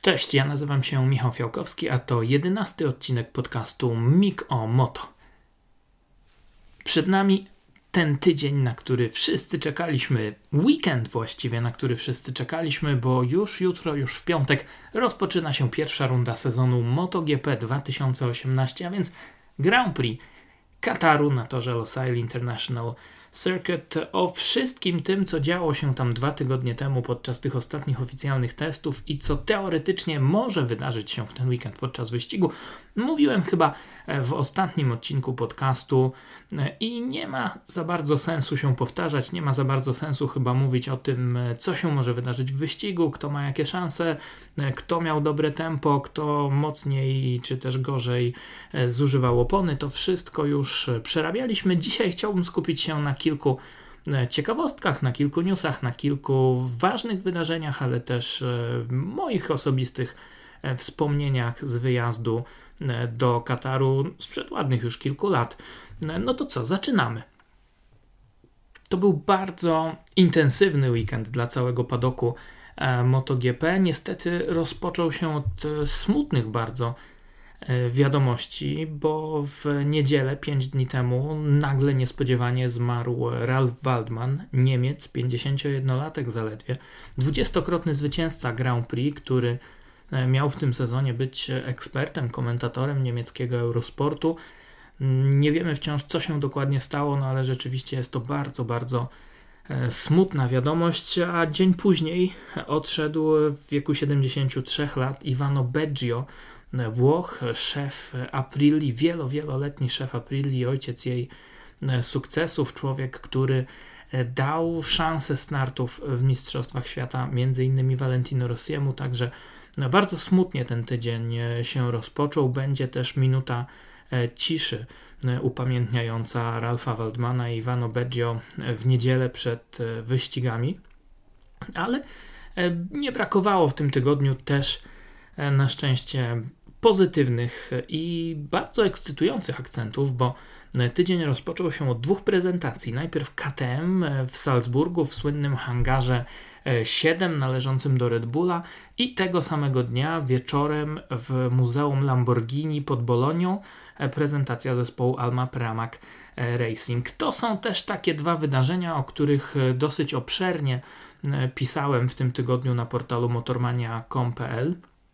Cześć, ja nazywam się Michał Fiałkowski, a to 11 odcinek podcastu Mik o Moto. Przed nami ten tydzień, na który wszyscy czekaliśmy, weekend właściwie, na który wszyscy czekaliśmy, bo już jutro, już w piątek rozpoczyna się pierwsza runda sezonu MotoGP 2018, a więc Grand Prix Kataru na torze Losail International Circuit. O wszystkim tym, co działo się tam 2 tygodnie temu podczas tych ostatnich oficjalnych testów i co teoretycznie może wydarzyć się w ten weekend podczas wyścigu, mówiłem chyba w ostatnim odcinku podcastu i nie ma za bardzo sensu się powtarzać, nie ma za bardzo sensu chyba mówić o tym, co się może wydarzyć w wyścigu, kto ma jakie szanse, kto miał dobre tempo, kto mocniej czy też gorzej zużywał opony. To wszystko już przerabialiśmy. Dzisiaj chciałbym skupić się na kilku ciekawostkach, na kilku newsach, na kilku ważnych wydarzeniach, ale też moich osobistych wspomnieniach z wyjazdu do Kataru sprzed ładnych już kilku lat. No to co, zaczynamy. To był bardzo intensywny weekend dla całego padoku MotoGP. Niestety rozpoczął się od smutnych bardzo wiadomości, bo w niedzielę, 5 dni temu, nagle niespodziewanie zmarł Ralf Waldmann, Niemiec, 51-latek zaledwie, 20-krotny zwycięzca Grand Prix, który miał w tym sezonie być ekspertem, komentatorem niemieckiego Eurosportu. Nie wiemy wciąż, co się dokładnie stało, no ale rzeczywiście jest to bardzo, bardzo smutna wiadomość, a dzień później odszedł w wieku 73 lat Ivano Baggio, Włoch, szef Aprilia, wieloletni szef Aprilia, ojciec jej sukcesów, człowiek, który dał szansę startów w Mistrzostwach Świata m.in. Valentino Rossiemu, także bardzo smutnie ten tydzień się rozpoczął. Będzie też minuta ciszy upamiętniająca Ralfa Waldmana i Ivano Baggio w niedzielę przed wyścigami, ale nie brakowało w tym tygodniu też na szczęście pozytywnych i bardzo ekscytujących akcentów, bo tydzień rozpoczął się od 2 prezentacji. Najpierw KTM w Salzburgu w słynnym hangarze 7 należącym do Red Bulla i tego samego dnia wieczorem w Muzeum Lamborghini pod Bolonią prezentacja zespołu Alma Pramac Racing. To są też takie 2 wydarzenia, o których dosyć obszernie pisałem w tym tygodniu na portalu motormania.com.pl,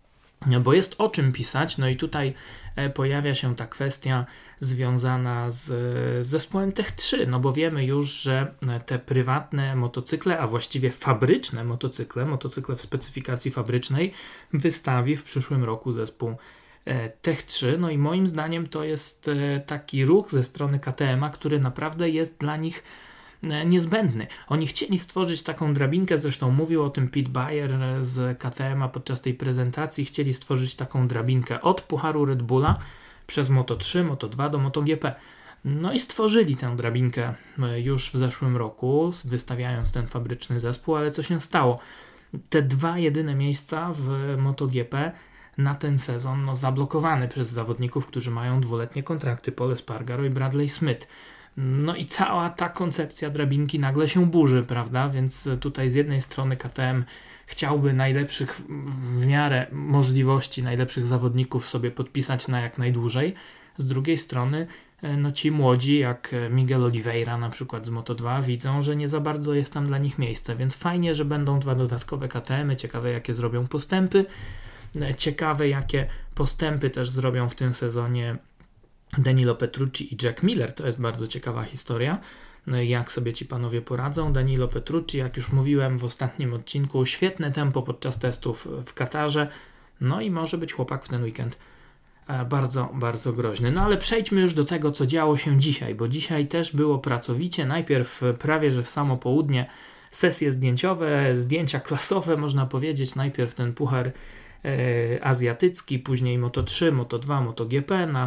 bo jest o czym pisać, no i tutaj pojawia się ta kwestia związana z zespołem Tech 3, no bo wiemy już, że te prywatne motocykle, a właściwie fabryczne motocykle w specyfikacji fabrycznej wystawi w przyszłym roku zespół Tech 3, no i moim zdaniem to jest taki ruch ze strony KTM-a, który naprawdę jest dla nich niezbędny. Oni chcieli stworzyć taką drabinkę, zresztą mówił o tym Pete Bayer z KTM-a podczas tej prezentacji, chcieli stworzyć taką drabinkę od Pucharu Red Bulla przez Moto3, Moto2 do MotoGP. No i stworzyli tę drabinkę już w zeszłym roku, wystawiając ten fabryczny zespół, ale co się stało? Te 2 jedyne miejsca w MotoGP na ten sezon zablokowane przez zawodników, którzy mają 2-letnie kontrakty, Pol Espargaro i Bradley Smith. No i cała ta koncepcja drabinki nagle się burzy, prawda? Więc tutaj z jednej strony KTM chciałby najlepszych w miarę możliwości, najlepszych zawodników sobie podpisać na jak najdłużej. Z drugiej strony ci młodzi jak Miguel Oliveira na przykład z Moto2 widzą, że nie za bardzo jest tam dla nich miejsce, więc fajnie, że będą 2 dodatkowe KTM-y, ciekawe jakie zrobią postępy, ciekawe jakie postępy też zrobią w tym sezonie Danilo Petrucci i Jack Miller. To jest bardzo ciekawa historia, jak sobie ci panowie poradzą. Danilo Petrucci, jak już mówiłem w ostatnim odcinku, świetne tempo podczas testów w Katarze, no i może być chłopak w ten weekend bardzo, bardzo groźny. No ale przejdźmy już do tego, co działo się dzisiaj, bo dzisiaj też było pracowicie. Najpierw prawie, że w samo południe sesje zdjęciowe, zdjęcia klasowe można powiedzieć. Najpierw ten puchar azjatycki, później Moto3, Moto2, MotoGP. Na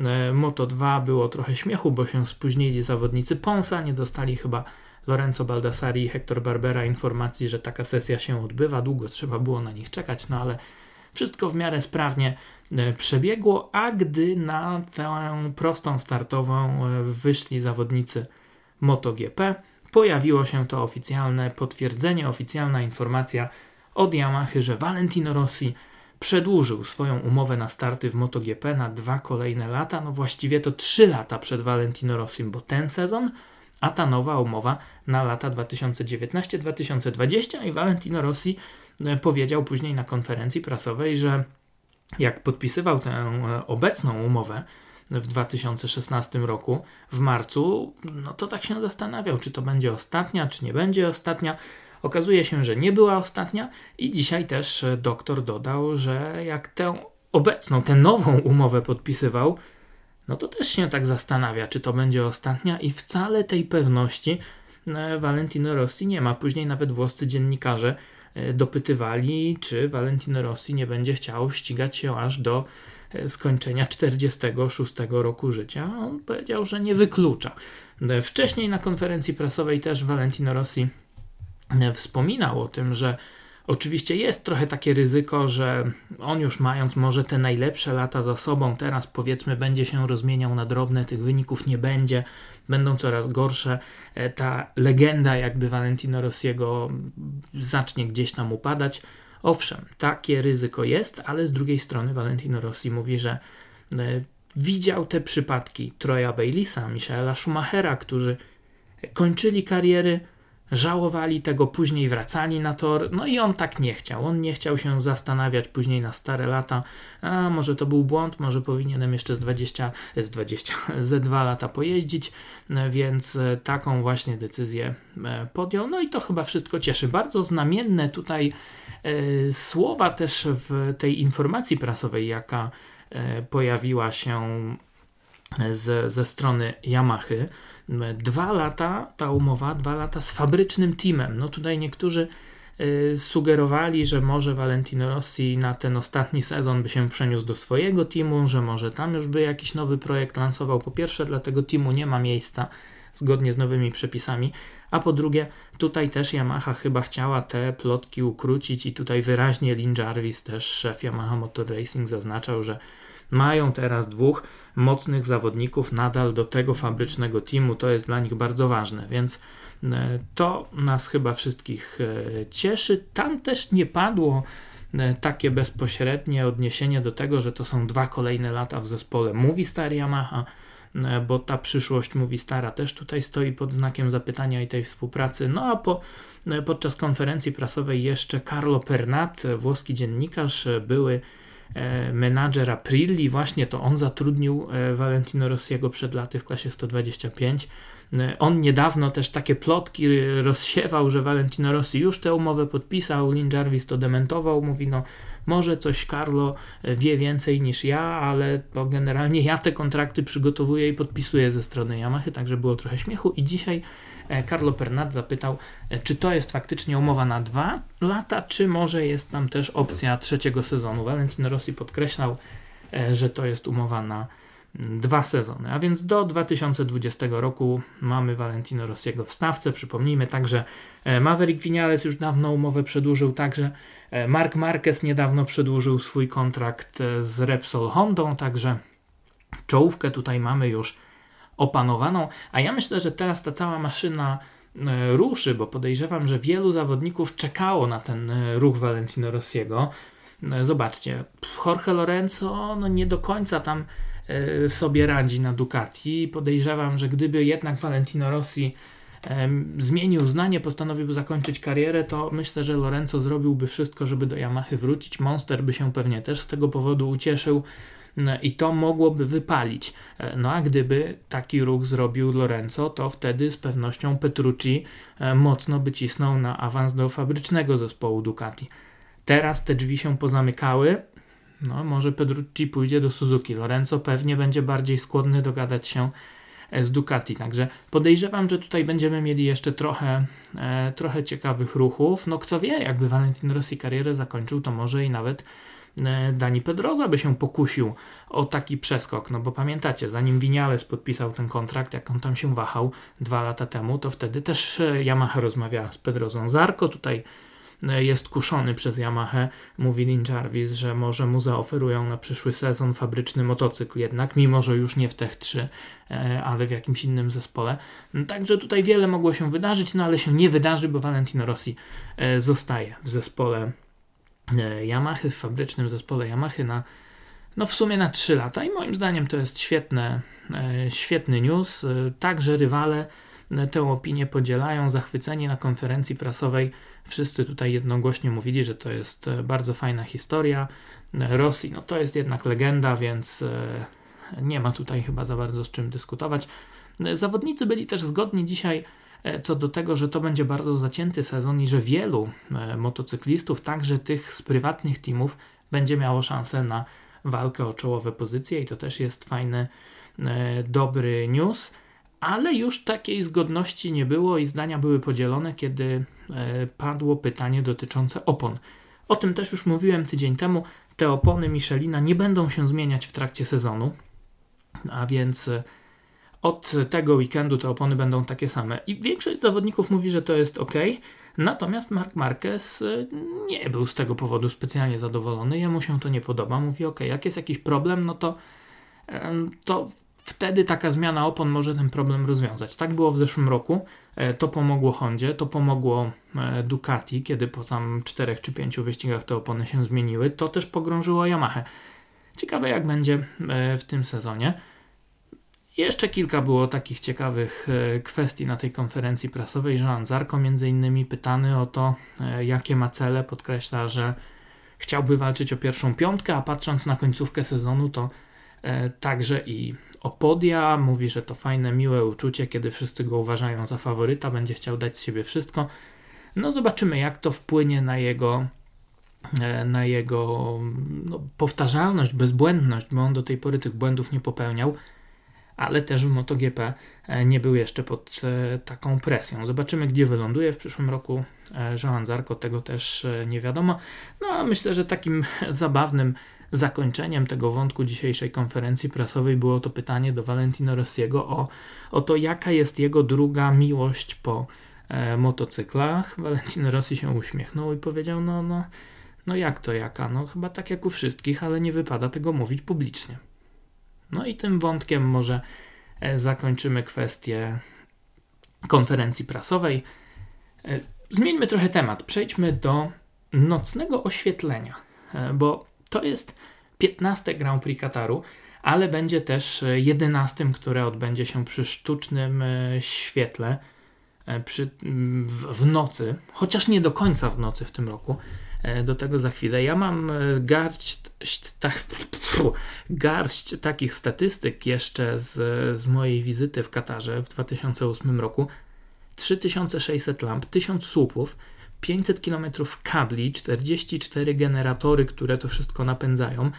Moto2 było trochę śmiechu, bo się spóźnili zawodnicy Ponsa, nie dostali chyba Lorenzo Baldassari i Hector Barbera informacji, że taka sesja się odbywa, długo trzeba było na nich czekać, no ale wszystko w miarę sprawnie przebiegło, a gdy na tę prostą startową wyszli zawodnicy MotoGP, pojawiło się to oficjalne potwierdzenie, oficjalna informacja od Yamahy, że Valentino Rossi przedłużył swoją umowę na starty w MotoGP na 2 kolejne lata, no właściwie to 3 lata przed Valentino Rossim, bo ten sezon, a ta nowa umowa na lata 2019-2020 i Valentino Rossi powiedział później na konferencji prasowej, że jak podpisywał tę obecną umowę w 2016 roku, w marcu, no to tak się zastanawiał, czy to będzie ostatnia, czy nie będzie ostatnia. Okazuje się, że nie była ostatnia i dzisiaj też doktor dodał, że jak tę obecną, tę nową umowę podpisywał, no to też się tak zastanawia, czy to będzie ostatnia i wcale tej pewności Valentino Rossi nie ma. Później nawet włoscy dziennikarze dopytywali, czy Valentino Rossi nie będzie chciał ścigać się aż do skończenia 46 roku życia. On powiedział, że nie wyklucza. Wcześniej na konferencji prasowej też Valentino Rossi wspominał o tym, że oczywiście jest trochę takie ryzyko, że on już mając może te najlepsze lata za sobą, teraz powiedzmy będzie się rozmieniał na drobne, tych wyników nie będzie, będą coraz gorsze, ta legenda jakby Valentino Rossiego zacznie gdzieś tam upadać. Owszem, takie ryzyko jest, ale z drugiej strony Valentino Rossi mówi, że widział te przypadki Troya Baylisa, Michaela Schumachera, którzy kończyli kariery, żałowali tego, później wracali na tor, no i on tak nie chciał. On nie chciał się zastanawiać później na stare lata, a może to był błąd, może powinienem jeszcze ze 2 lata pojeździć, więc taką właśnie decyzję podjął. No i to chyba wszystko cieszy. Bardzo znamienne tutaj słowa też w tej informacji prasowej, jaka pojawiła się ze strony Yamahy. 2 lata ta umowa, 2 lata z fabrycznym teamem. No tutaj niektórzy sugerowali, że może Valentino Rossi na ten ostatni sezon by się przeniósł do swojego teamu, że może tam już by jakiś nowy projekt lansował. Po pierwsze, dla tego teamu nie ma miejsca zgodnie z nowymi przepisami, a po drugie, tutaj też Yamaha chyba chciała te plotki ukrócić i tutaj wyraźnie Lin Jarvis, też szef Yamaha Motor Racing, zaznaczał, że mają teraz 2 mocnych zawodników nadal do tego fabrycznego teamu, to jest dla nich bardzo ważne, więc to nas chyba wszystkich cieszy. Tam też nie padło takie bezpośrednie odniesienie do tego, że to są 2 kolejne lata w zespole Movistar Yamaha, bo ta przyszłość Movistara też tutaj stoi pod znakiem zapytania i tej współpracy. No a podczas konferencji prasowej jeszcze Carlo Pernat, włoski dziennikarz, były menadżer Aprilia, właśnie to on zatrudnił Valentino Rossiego przed laty w klasie 125. On niedawno też takie plotki rozsiewał, że Valentino Rossi już tę umowę podpisał, Lin Jarvis to dementował, mówi no może coś Carlo wie więcej niż ja, ale to generalnie ja te kontrakty przygotowuję i podpisuję ze strony Yamahy, także było trochę śmiechu i dzisiaj Carlo Pernat zapytał, czy to jest faktycznie umowa na 2 lata, czy może jest tam też opcja 3. sezonu. Valentino Rossi podkreślał, że to jest umowa na 2 sezony, a więc do 2020 roku mamy Valentino Rossiego w stawce. Przypomnijmy także, Maverick Viñales już dawno umowę przedłużył, także Marc Marquez niedawno przedłużył swój kontrakt z Repsol Hondą, także czołówkę tutaj mamy już opanowaną, a ja myślę, że teraz ta cała maszyna ruszy, bo podejrzewam, że wielu zawodników czekało na ten ruch Valentino Rossiego. Zobaczcie, Jorge Lorenzo no nie do końca tam sobie radzi na Ducati. Podejrzewam, że gdyby jednak Valentino Rossi zmienił zdanie, postanowił zakończyć karierę, to myślę, że Lorenzo zrobiłby wszystko, żeby do Yamahy wrócić. Monster by się pewnie też z tego powodu ucieszył i to mogłoby wypalić. No a gdyby taki ruch zrobił Lorenzo, to wtedy z pewnością Petrucci mocno by cisnął na awans do fabrycznego zespołu Ducati. Teraz te drzwi się pozamykały, no może Petrucci pójdzie do Suzuki, Lorenzo pewnie będzie bardziej skłonny dogadać się z Ducati, także podejrzewam, że tutaj będziemy mieli jeszcze trochę ciekawych ruchów. No kto wie, jakby Valentino Rossi karierę zakończył, to może i nawet Dani Pedrosa by się pokusił o taki przeskok, no bo pamiętacie, zanim Viñales podpisał ten kontrakt, jak on tam się wahał 2 lata temu, to wtedy też Yamaha rozmawiała z Pedrosą. Zarco tutaj jest kuszony przez Yamahę, mówi Lin Jarvis, że może mu zaoferują na przyszły sezon fabryczny motocykl jednak, mimo że już nie w Tech 3, ale w jakimś innym zespole. Także tutaj wiele mogło się wydarzyć, no ale się nie wydarzy, bo Valentino Rossi zostaje w zespole Yamahy w fabrycznym zespole Yamahy w sumie na 3 lata i moim zdaniem to jest świetny news. Także rywale tę opinię podzielają. Zachwyceni na konferencji prasowej wszyscy tutaj jednogłośnie mówili, że to jest bardzo fajna historia. Rossi, to jest jednak legenda, więc nie ma tutaj chyba za bardzo z czym dyskutować. Zawodnicy byli też zgodni dzisiaj co do tego, że to będzie bardzo zacięty sezon i że wielu motocyklistów, także tych z prywatnych teamów, będzie miało szansę na walkę o czołowe pozycje i to też jest fajny, dobry news, ale już takiej zgodności nie było i zdania były podzielone, kiedy padło pytanie dotyczące opon. O tym też już mówiłem tydzień temu. Te opony Michelina nie będą się zmieniać w trakcie sezonu, a więc od tego weekendu te opony będą takie same. I większość zawodników mówi, że to jest ok. Natomiast Marc Marquez nie był z tego powodu specjalnie zadowolony. Jemu się to nie podoba. Mówi, jak jest jakiś problem, to wtedy taka zmiana opon może ten problem rozwiązać. Tak było w zeszłym roku. To pomogło Hondzie, to pomogło Ducati, kiedy po tam 4 czy 5 wyścigach te opony się zmieniły. To też pogrążyło Yamahę. Ciekawe jak będzie w tym sezonie. Jeszcze kilka było takich ciekawych kwestii na tej konferencji prasowej. Joan Zarco między innymi pytany o to, jakie ma cele. Podkreśla, że chciałby walczyć o pierwszą 5, a patrząc na końcówkę sezonu, to także i o podia. Mówi, że to fajne, miłe uczucie, kiedy wszyscy go uważają za faworyta. Będzie chciał dać z siebie wszystko. Zobaczymy, jak to wpłynie na jego powtarzalność, bezbłędność, bo on do tej pory tych błędów nie popełniał. Ale też w MotoGP nie był jeszcze pod taką presją. Zobaczymy, gdzie wyląduje w przyszłym roku Joan Zarco, tego też nie wiadomo. A myślę, że takim zabawnym zakończeniem tego wątku dzisiejszej konferencji prasowej było to pytanie do Valentino Rossiego o to, jaka jest jego druga miłość po motocyklach. Valentino Rossi się uśmiechnął i powiedział, jak to jaka? Chyba tak jak u wszystkich, ale nie wypada tego mówić publicznie. I tym wątkiem może zakończymy kwestię konferencji prasowej. Zmieńmy trochę temat. Przejdźmy do nocnego oświetlenia, bo to jest 15. Grand Prix Kataru, ale będzie też 11, które odbędzie się przy sztucznym świetle w nocy, chociaż nie do końca w nocy w tym roku. Do tego za chwilę. Ja mam garść takich statystyk jeszcze z mojej wizyty w Katarze w 2008 roku. 3600 lamp, 1000 słupów, 500 km kabli, 44 generatory, które to wszystko napędzają,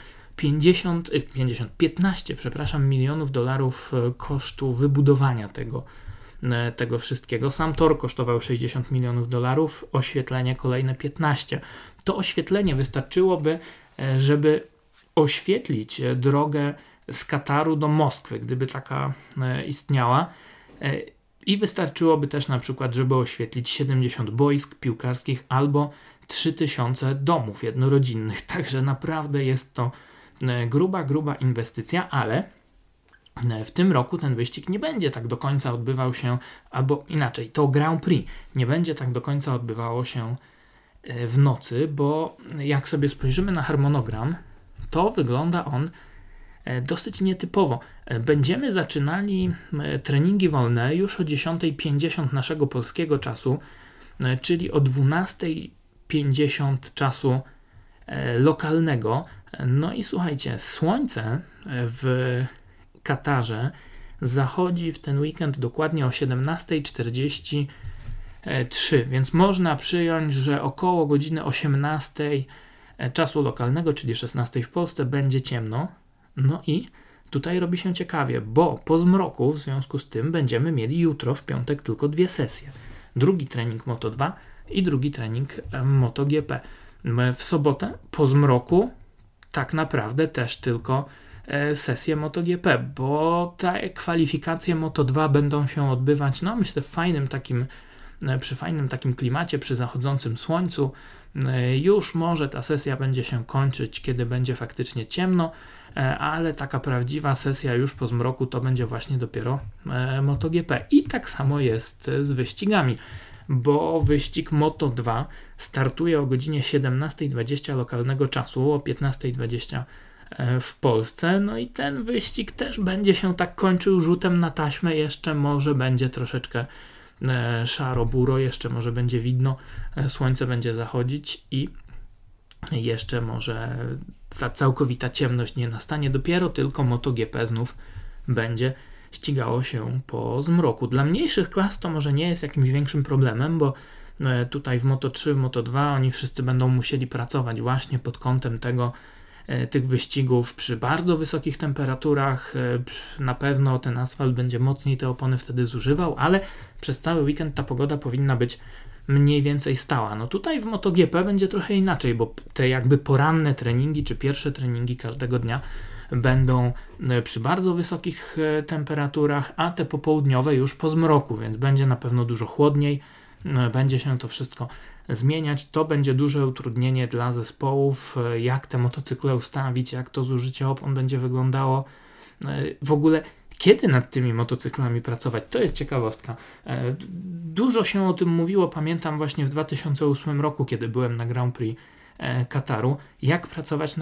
15 milionów dolarów kosztu wybudowania tego wszystkiego. Sam tor kosztował 60 milionów dolarów, oświetlenie kolejne 15. To oświetlenie wystarczyłoby, żeby oświetlić drogę z Kataru do Moskwy, gdyby taka istniała. I wystarczyłoby też na przykład, żeby oświetlić 70 boisk piłkarskich albo 3000 domów jednorodzinnych. Także naprawdę jest to gruba inwestycja, ale w tym roku ten wyścig nie będzie tak do końca odbywał się, albo inaczej, to Grand Prix nie będzie tak do końca odbywało się w nocy, bo jak sobie spojrzymy na harmonogram, to wygląda on dosyć nietypowo. Będziemy zaczynali treningi wolne już o 10:50 naszego polskiego czasu, czyli o 12:50 czasu lokalnego. I słuchajcie, słońce w Katarze zachodzi w ten weekend dokładnie o 17:43, więc można przyjąć, że około godziny 18 czasu lokalnego, czyli 16 w Polsce, będzie ciemno. I tutaj robi się ciekawie, bo po zmroku w związku z tym będziemy mieli jutro w piątek tylko 2 sesje. Drugi trening Moto2 i drugi trening MotoGP. W sobotę po zmroku tak naprawdę też tylko sesję MotoGP, bo te kwalifikacje Moto2 będą się odbywać, myślę, przy fajnym takim klimacie, przy zachodzącym słońcu. Już może ta sesja będzie się kończyć, kiedy będzie faktycznie ciemno, ale taka prawdziwa sesja już po zmroku to będzie właśnie dopiero MotoGP. I tak samo jest z wyścigami. bo wyścig Moto2 startuje o godzinie 17:20 lokalnego czasu, o 15:20 w Polsce. No i ten wyścig też będzie się tak kończył rzutem na taśmę. Jeszcze może będzie troszeczkę szaro-buro, jeszcze może będzie widno, słońce będzie zachodzić i jeszcze może ta całkowita ciemność nie nastanie. Dopiero tylko MotoGP znów będzie ścigało się po zmroku. Dla mniejszych klas to może nie jest jakimś większym problemem, bo tutaj w Moto3, w Moto2 oni wszyscy będą musieli pracować właśnie pod kątem tych wyścigów przy bardzo wysokich temperaturach. Na pewno ten asfalt będzie mocniej te opony wtedy zużywał, ale przez cały weekend ta pogoda powinna być mniej więcej stała. No tutaj w MotoGP będzie trochę inaczej, bo te jakby poranne treningi czy pierwsze treningi każdego dnia będą przy bardzo wysokich temperaturach, a te popołudniowe już po zmroku, więc będzie na pewno dużo chłodniej, będzie się to wszystko zmieniać. To będzie duże utrudnienie dla zespołów, jak te motocykle ustawić, jak to zużycie opon będzie wyglądało. W ogóle kiedy nad tymi motocyklami pracować, to jest ciekawostka. Dużo się o tym mówiło, pamiętam właśnie w 2008 roku, kiedy byłem na Grand Prix Kataru, jak pracować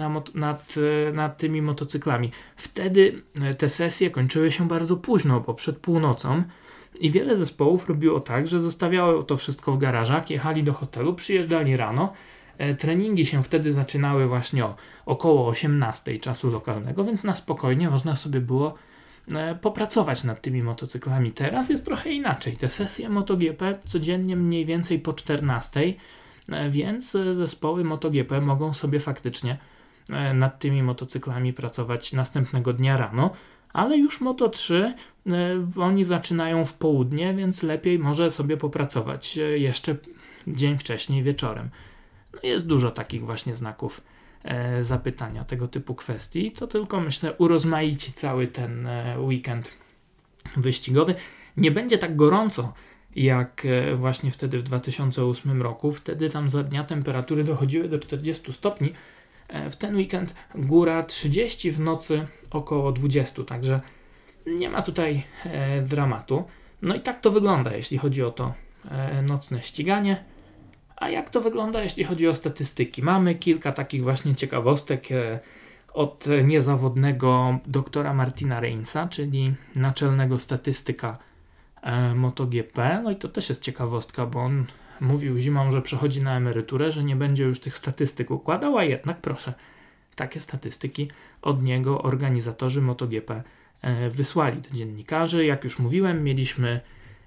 nad tymi motocyklami. Wtedy te sesje kończyły się bardzo późno, bo przed północą i wiele zespołów robiło tak, że zostawiało to wszystko w garażach, jechali do hotelu, przyjeżdżali rano, treningi się wtedy zaczynały właśnie około 18 czasu lokalnego, więc na spokojnie można sobie było popracować nad tymi motocyklami. Teraz jest trochę inaczej. Te sesje MotoGP codziennie mniej więcej po 14, więc zespoły MotoGP mogą sobie faktycznie nad tymi motocyklami pracować następnego dnia rano, ale już Moto3 oni zaczynają w południe, więc lepiej może sobie popracować jeszcze dzień wcześniej wieczorem. No jest dużo takich właśnie znaków zapytania, tego typu kwestii. To tylko, myślę, urozmaici cały ten weekend wyścigowy. Nie będzie tak gorąco jak właśnie wtedy w 2008 roku. Wtedy tam za dnia temperatury dochodziły do 40 stopni. W ten weekend góra 30, w nocy około 20, także nie ma tutaj dramatu. No i tak to wygląda, jeśli chodzi o to nocne ściganie. A jak to wygląda, jeśli chodzi o statystyki? Mamy kilka takich właśnie ciekawostek od niezawodnego doktora Martina Reinsa, czyli naczelnego statystyka MotoGP. No i to też jest ciekawostka, bo on mówił zimą, że przechodzi na emeryturę, że nie będzie już tych statystyk układał, a jednak proszę, takie statystyki od niego organizatorzy MotoGP wysłali do dziennikarzy. Jak już mówiłem, mieliśmy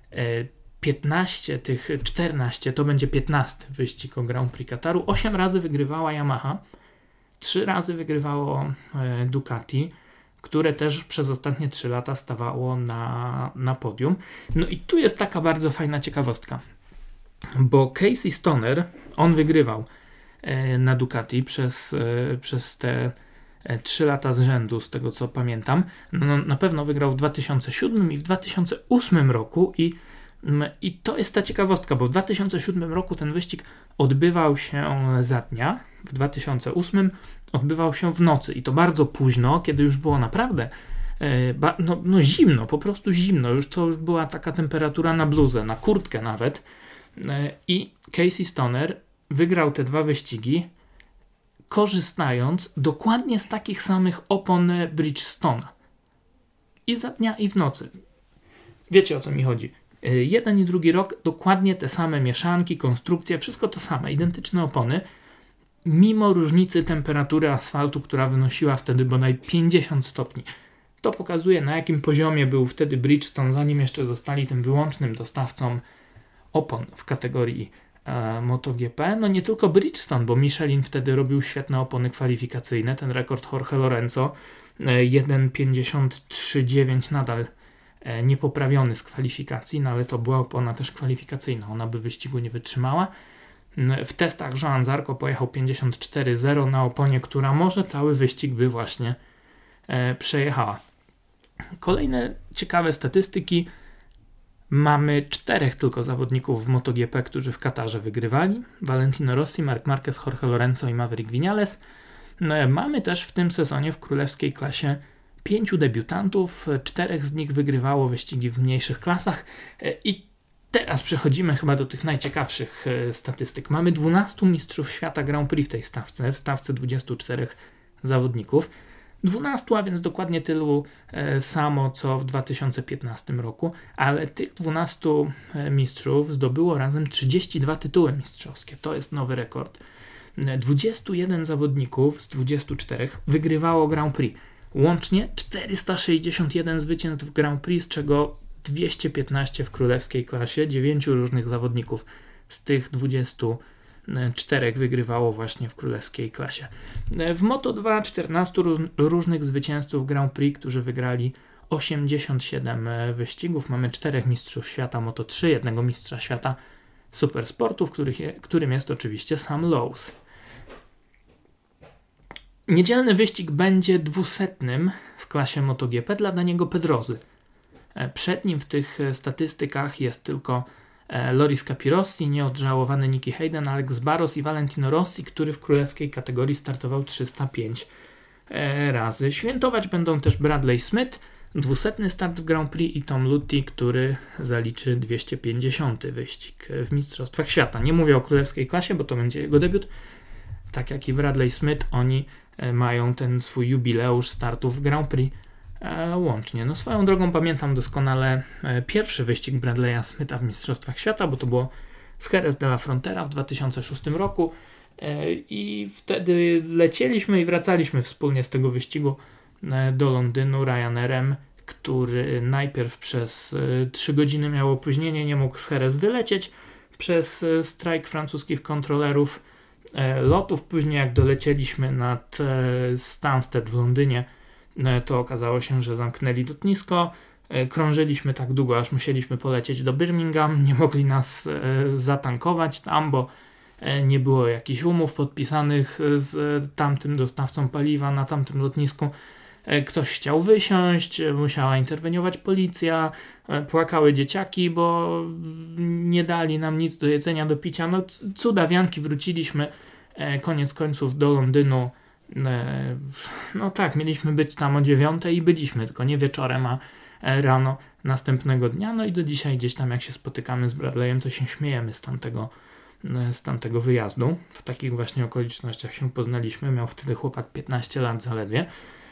14, to będzie 15 wyścig o Grand Prix Kataru. 8 razy wygrywała Yamaha, 3 razy wygrywało Ducati, które też przez ostatnie 3 lata stawało na podium. No i tu jest taka bardzo fajna ciekawostka, bo Casey Stoner, on wygrywał na Ducati przez te 3 lata z rzędu, z tego co pamiętam. No, na pewno wygrał w 2007 i w 2008 roku i to jest ta ciekawostka, bo w 2007 roku ten wyścig odbywał się za dnia, w 2008 odbywał się w nocy i to bardzo późno, kiedy już było naprawdę zimno, po prostu zimno, to już była taka temperatura na bluzę, na kurtkę nawet i Casey Stoner wygrał te 2 wyścigi, korzystając dokładnie z takich samych opon Bridgestona i za dnia i w nocy. Wiecie, o co mi chodzi. Jeden i drugi rok dokładnie te same mieszanki, konstrukcje, wszystko to same, identyczne opony, mimo różnicy temperatury asfaltu, która wynosiła wtedy bodaj 50 stopni. To pokazuje, na jakim poziomie był wtedy Bridgestone, zanim jeszcze zostali tym wyłącznym dostawcą opon w kategorii MotoGP. No nie tylko Bridgestone, bo Michelin wtedy robił świetne opony kwalifikacyjne, ten rekord Jorge Lorenzo 1,53,9 nadal niepoprawiony z kwalifikacji, no ale to była opona też kwalifikacyjna, ona by wyścigu nie wytrzymała. W testach Joan Zarco pojechał 54,0 na oponie, która może cały wyścig by właśnie przejechała. Kolejne ciekawe statystyki. Mamy 4 tylko zawodników w MotoGP, którzy w Katarze wygrywali. Valentino Rossi, Marc Marquez, Jorge Lorenzo i Maverick Viñales. Mamy też w tym sezonie w królewskiej klasie 5 debiutantów, 4 z nich wygrywało wyścigi w mniejszych klasach i teraz przechodzimy chyba do tych najciekawszych statystyk. Mamy 12 mistrzów świata Grand Prix w tej stawce, w stawce 24 zawodników. 12, a więc dokładnie tylu samo co w 2015 roku, ale tych 12 mistrzów zdobyło razem 32 tytuły mistrzowskie. To jest nowy rekord. 21 zawodników z 24 wygrywało Grand Prix. Łącznie 461 zwycięstw w Grand Prix, z czego 215 w królewskiej klasie, 9 różnych zawodników z tych 24 wygrywało właśnie w królewskiej klasie. W Moto2 14 różnych zwycięzców Grand Prix, którzy wygrali 87 wyścigów. Mamy 4 mistrzów świata Moto3, 1 mistrza świata supersportów, którym jest oczywiście Sam Lowes. Niedzielny wyścig będzie 200 w klasie MotoGP dla Daniego Pedrozy. Przed nim w tych statystykach jest tylko Loris Capirossi, nieodżałowany Nicky Hayden, Alex Barros i Valentino Rossi, który w królewskiej kategorii startował 305 razy. Świętować będą też Bradley Smith, 200 start w Grand Prix, i Tom Lutty, który zaliczy 250 wyścig w Mistrzostwach Świata. Nie mówię o królewskiej klasie, bo to będzie jego debiut. Tak jak i Bradley Smith, oni mają ten swój jubileusz startów w Grand Prix łącznie. No swoją drogą pamiętam doskonale pierwszy wyścig Bradley'a Smitha w Mistrzostwach Świata, bo to było w Jerez de la Frontera w 2006 roku i wtedy lecieliśmy i wracaliśmy wspólnie z tego wyścigu do Londynu Ryanerem, który najpierw przez 3 godziny miał opóźnienie, nie mógł z Jerez wylecieć przez strajk francuskich kontrolerów lotów. Później jak dolecieliśmy nad Stansted w Londynie, to okazało się, że zamknęli lotnisko. Krążyliśmy tak długo, aż musieliśmy polecieć do Birmingham. Nie mogli nas zatankować tam, bo nie było jakichś umów podpisanych z tamtym dostawcą paliwa na tamtym lotnisku. Ktoś chciał wysiąść, musiała interweniować policja, płakały dzieciaki, bo nie dali nam nic do jedzenia, do picia. No cudawianki, wróciliśmy koniec końców do Londynu. No tak, mieliśmy być tam o 9 i byliśmy, tylko nie wieczorem, a rano następnego dnia. No i do dzisiaj gdzieś tam jak się spotykamy z Bradleyem, to się śmiejemy z tamtego wyjazdu. W takich właśnie okolicznościach się poznaliśmy. Miał wtedy chłopak 15 lat zaledwie.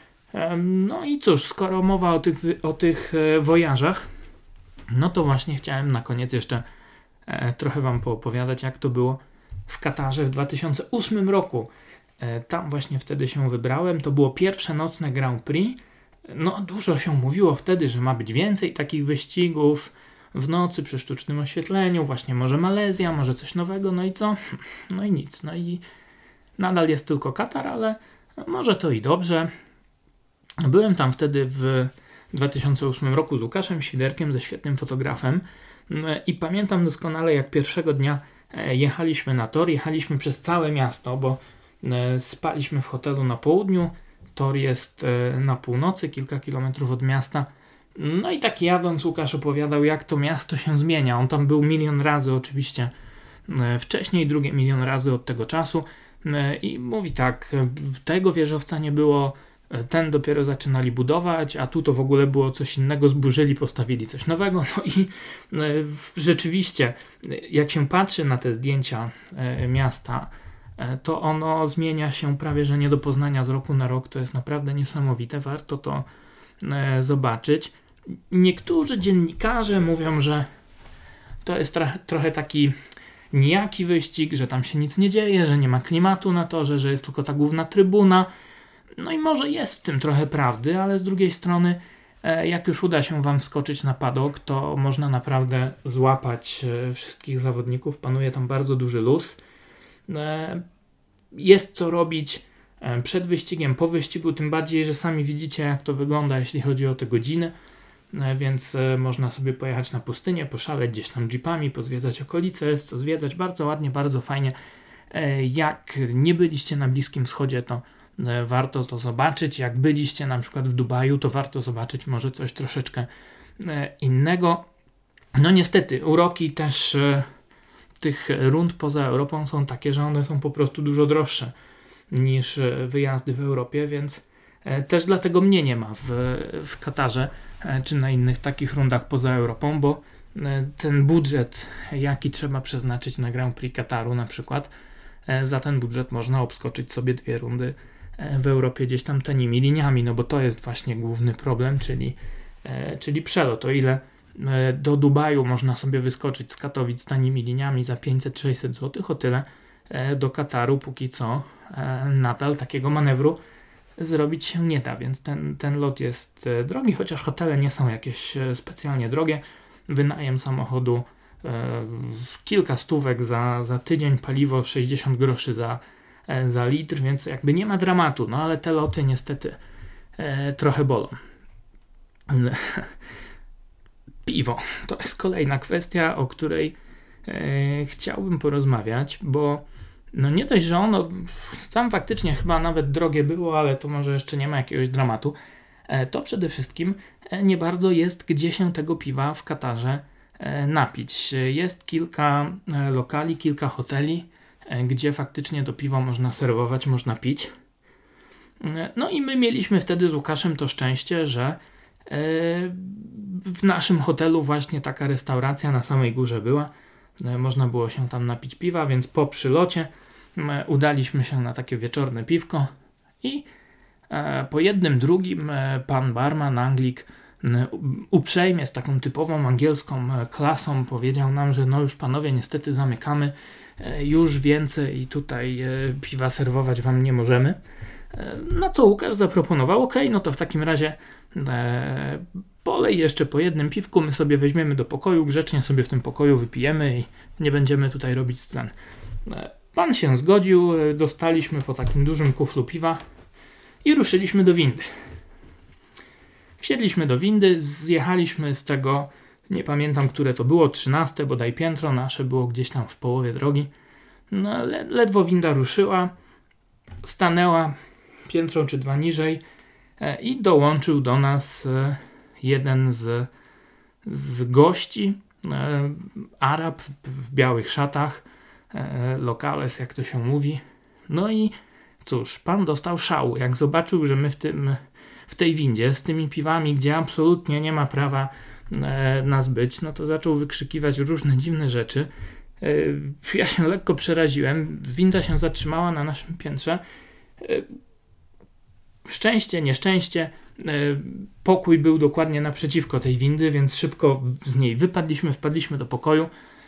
No i cóż, skoro mowa o tych wojażach, no to właśnie chciałem na koniec jeszcze trochę wam poopowiadać, jak to było w Katarze w 2008 roku. Tam właśnie wtedy się wybrałem. To było pierwsze nocne Grand Prix. No dużo się mówiło wtedy, że ma być więcej takich wyścigów w nocy przy sztucznym oświetleniu. Właśnie może Malezja, może coś nowego. No i co? No i nic. No i nadal jest tylko Katar, ale może to i dobrze. Byłem tam wtedy w 2008 roku z Łukaszem Świderkiem, ze świetnym fotografem, i pamiętam doskonale, jak pierwszego dnia jechaliśmy na tor, jechaliśmy przez całe miasto, bo spaliśmy w hotelu na południu, tor jest na północy, kilka kilometrów od miasta. No i tak jadąc, Łukasz opowiadał, jak to miasto się zmienia. On tam był 1 milion razy oczywiście wcześniej, drugie 1 milion razy od tego czasu, i mówi tak, tego wieżowca nie było, ten dopiero zaczynali budować, a tu to w ogóle było coś innego, zburzyli, postawili coś nowego. No i rzeczywiście, jak się patrzy na te zdjęcia miasta, to ono zmienia się prawie że nie do poznania z roku na rok. To jest naprawdę niesamowite, warto to zobaczyć. Niektórzy dziennikarze mówią, że to jest trochę taki nijaki wyścig, że tam się nic nie dzieje, że nie ma klimatu na torze, że jest tylko ta główna trybuna. No i może jest w tym trochę prawdy, ale z drugiej strony, jak już uda się wam wskoczyć na paddock, to można naprawdę złapać wszystkich zawodników. Panuje tam bardzo duży luz. Jest co robić przed wyścigiem, po wyścigu, tym bardziej, że sami widzicie, jak to wygląda, jeśli chodzi o te godziny, więc można sobie pojechać na pustynię, poszaleć gdzieś tam jeepami, pozwiedzać okolice, jest co zwiedzać, bardzo ładnie, bardzo fajnie. Jak nie byliście na Bliskim Wschodzie, to warto to zobaczyć. Jak byliście na przykład w Dubaju, to warto zobaczyć może coś troszeczkę innego. No niestety, uroki też tych rund poza Europą są takie, że one są po prostu dużo droższe niż wyjazdy w Europie, więc też dlatego mnie nie ma w Katarze czy na innych takich rundach poza Europą, bo ten budżet, jaki trzeba przeznaczyć na Grand Prix Kataru na przykład, za ten budżet można obskoczyć sobie 2 rundy w Europie gdzieś tam tanimi liniami, no bo to jest właśnie główny problem, czyli przelot. O ile do Dubaju można sobie wyskoczyć z Katowic tanimi liniami za 500-600 zł, o tyle do Kataru póki co nadal takiego manewru zrobić się nie da, więc ten lot jest drogi, chociaż hotele nie są jakieś specjalnie drogie. Wynajem samochodu kilka stówek za tydzień, paliwo 60 groszy za litr, więc jakby nie ma dramatu, no ale te loty niestety trochę bolą. Piwo to jest kolejna kwestia, o której chciałbym porozmawiać, bo no nie dość, że ono tam faktycznie chyba nawet drogie było, ale to może jeszcze nie ma jakiegoś dramatu, to przede wszystkim nie bardzo jest gdzie się tego piwa w Katarze napić. Jest kilka lokali, kilka hoteli, gdzie faktycznie to piwo można serwować, można pić. No i my mieliśmy wtedy z Łukaszem to szczęście, że w naszym hotelu właśnie taka restauracja na samej górze była. Można było się tam napić piwa, więc po przylocie udaliśmy się na takie wieczorne piwko i po jednym, drugim pan barman, Anglik, uprzejmie, z taką typową angielską klasą powiedział nam, że no już panowie niestety zamykamy, już więcej tutaj piwa serwować wam nie możemy. Na co Łukasz zaproponował, no to w takim razie polej jeszcze po jednym piwku, my sobie weźmiemy do pokoju, grzecznie sobie w tym pokoju wypijemy i nie będziemy tutaj robić scen. Pan się zgodził, dostaliśmy po takim dużym kuflu piwa i ruszyliśmy do windy. Wsiedliśmy do windy, zjechaliśmy z tego, nie pamiętam które to było, 13 bodaj piętro, nasze było gdzieś tam w połowie drogi. No, ledwo winda ruszyła, stanęła piętro czy 2 niżej i dołączył do nas jeden z gości, Arab w białych szatach, lokales jak to się mówi. No i cóż, pan dostał szału, jak zobaczył, że my w tej windzie z tymi piwami, gdzie absolutnie nie ma prawa nas być, no to zaczął wykrzykiwać różne dziwne rzeczy. Ja się lekko przeraziłem, winda się zatrzymała na naszym piętrze. Szczęście, nieszczęście, pokój był dokładnie naprzeciwko tej windy, więc szybko z niej wpadliśmy do pokoju.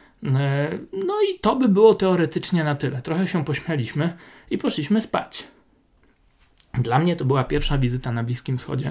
No i to by było teoretycznie na tyle. Trochę się pośmialiśmy i poszliśmy spać. Dla mnie to była pierwsza wizyta na Bliskim Wschodzie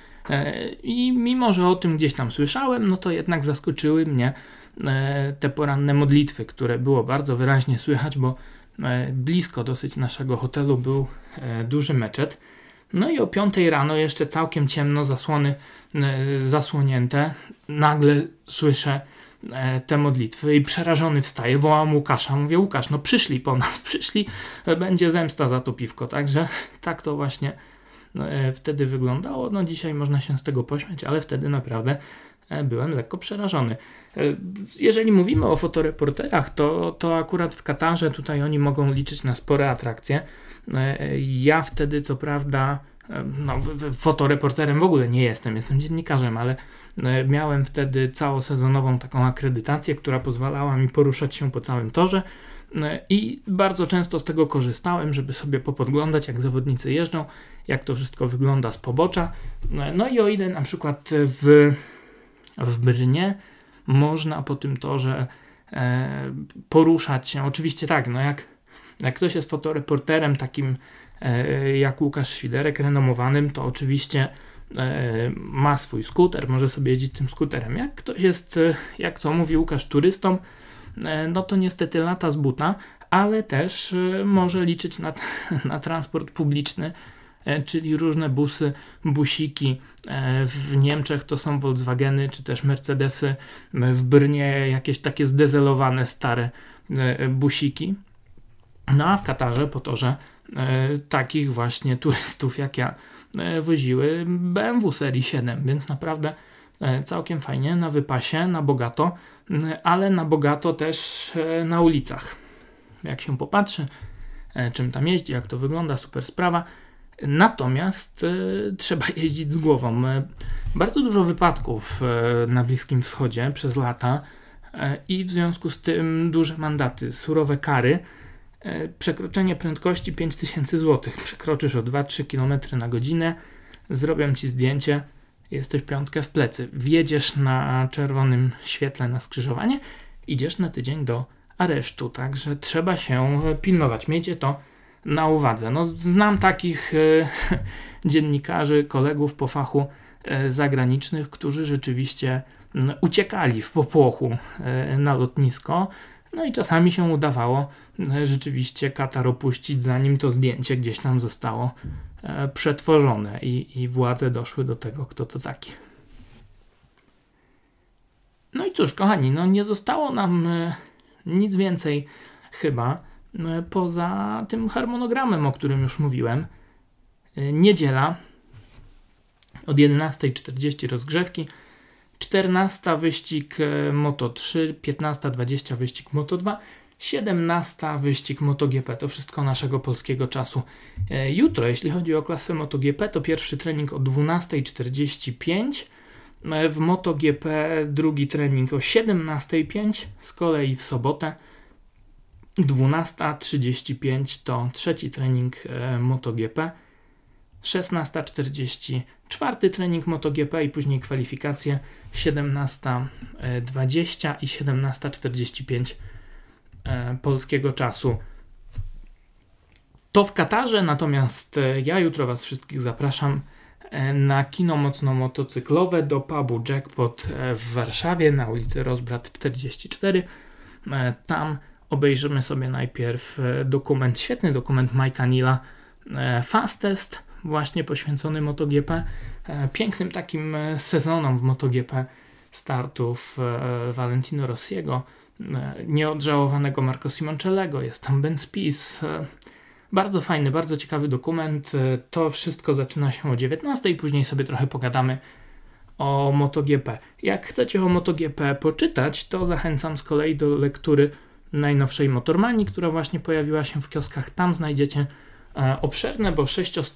i mimo, że o tym gdzieś tam słyszałem, no to jednak zaskoczyły mnie te poranne modlitwy, które było bardzo wyraźnie słychać, bo blisko dosyć naszego hotelu był duży meczet. No i o 5 rano jeszcze całkiem ciemno, zasłony zasłonięte, nagle słyszę te modlitwy i przerażony wstaję, wołam Łukasza, mówię: Łukasz, no przyszli po nas, będzie zemsta za to piwko, także tak to właśnie wtedy wyglądało. No dzisiaj można się z tego pośmiać, ale wtedy naprawdę byłem lekko przerażony. Jeżeli mówimy o fotoreporterach, to akurat w Katarze tutaj oni mogą liczyć na spore atrakcje. Ja wtedy co prawda fotoreporterem w ogóle nie jestem dziennikarzem, ale miałem wtedy całosezonową taką akredytację, która pozwalała mi poruszać się po całym torze i bardzo często z tego korzystałem, żeby sobie popodglądać, jak zawodnicy jeżdżą, jak to wszystko wygląda z pobocza. No i o ile na przykład w Brnie można po tym torze poruszać się, oczywiście tak, no jak ktoś jest fotoreporterem takim jak Łukasz Świderek, renomowanym, to oczywiście ma swój skuter, może sobie jeździć tym skuterem. Jak ktoś jest, jak to mówi Łukasz, turystą, no to niestety lata z buta, ale też może liczyć na transport publiczny, czyli różne busy, busiki. W Niemczech to są Volkswageny, czy też Mercedesy, w Brnie jakieś takie zdezelowane, stare busiki. No a w Katarze po torze takich właśnie turystów jak ja woziły BMW serii 7, więc naprawdę całkiem fajnie, na wypasie, na bogato, ale na bogato też na ulicach. Jak się popatrzy, czym tam jeździ, jak to wygląda, super sprawa. Natomiast trzeba jeździć z głową. bardzo dużo wypadków na Bliskim Wschodzie przez lata i w związku z tym duże mandaty, surowe kary. Przekroczenie prędkości 5000 zł. Przekroczysz o 2-3 km na godzinę, zrobią ci zdjęcie, jesteś piątkę w plecy. Wjedziesz na czerwonym świetle na skrzyżowanie, idziesz na tydzień do aresztu, także trzeba się pilnować. Miejcie to na uwadze. No, znam takich dziennikarzy, kolegów po fachu zagranicznych, którzy rzeczywiście uciekali w popłochu na lotnisko, no i czasami się udawało rzeczywiście Katar opuścić, zanim to zdjęcie gdzieś tam zostało przetworzone i władze doszły do tego, kto to taki. No i cóż, kochani, no nie zostało nam nic więcej chyba poza tym harmonogramem, o którym już mówiłem. Niedziela od 11:40 rozgrzewki, 14 wyścig Moto3, 15:20 wyścig Moto2, 17 wyścig MotoGP. To wszystko naszego polskiego czasu. Jutro, jeśli chodzi o klasę MotoGP, to pierwszy trening o 12:45. W MotoGP drugi trening o 17:05. Z kolei w sobotę 12:35 to trzeci trening MotoGP. 16:40 czwarty trening MotoGP i później kwalifikacje 17:20 i 17:45 polskiego czasu. To w Katarze, natomiast ja jutro Was wszystkich zapraszam na kino mocno motocyklowe do pubu Jackpot w Warszawie na ulicy Rozbrat 44. Tam obejrzymy sobie najpierw świetny dokument Mike'a Neala Fastest, właśnie poświęcony MotoGP, pięknym takim sezonom w MotoGP startów Valentino Rossiego, nieodżałowanego Marco Simoncellego, jest tam Ben Spies. Bardzo fajny, bardzo ciekawy dokument. To wszystko zaczyna się o 19:00 i później sobie trochę pogadamy o MotoGP. Jak chcecie o MotoGP poczytać, to zachęcam z kolei do lektury najnowszej Motormanii, która właśnie pojawiła się w kioskach. Tam znajdziecie obszerne, bo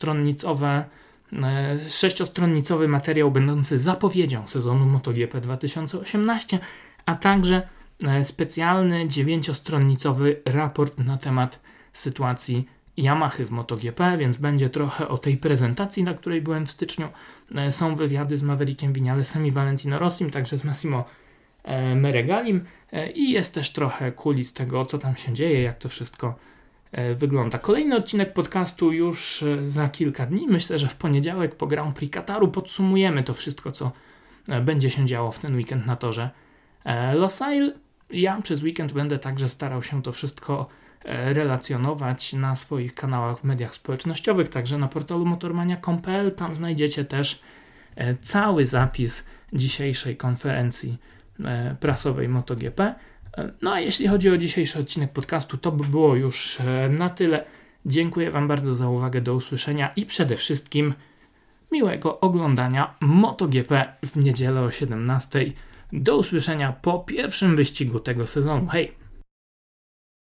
6-stronnicowy materiał będący zapowiedzią sezonu MotoGP 2018, a także specjalny 9-stronnicowy raport na temat sytuacji Yamahy w MotoGP, więc będzie trochę o tej prezentacji, na której byłem w styczniu. Są wywiady z Maverickiem Vinalesem i Valentino Rossim, także z Massimo Meregalim i jest też trochę kulis tego, co tam się dzieje, jak to wszystko wygląda. Kolejny odcinek podcastu już za kilka dni. Myślę, że w poniedziałek po Grand Prix Kataru podsumujemy to wszystko, co będzie się działo w ten weekend na torze Losail. Ja przez weekend będę także starał się to wszystko relacjonować na swoich kanałach w mediach społecznościowych, także na portalu motormania.pl. Tam znajdziecie też cały zapis dzisiejszej konferencji prasowej MotoGP. No a jeśli chodzi o dzisiejszy odcinek podcastu, to by było już na tyle. Dziękuję Wam bardzo za uwagę, do usłyszenia i przede wszystkim miłego oglądania MotoGP w niedzielę o 17:00. Do usłyszenia po pierwszym wyścigu tego sezonu. Hej!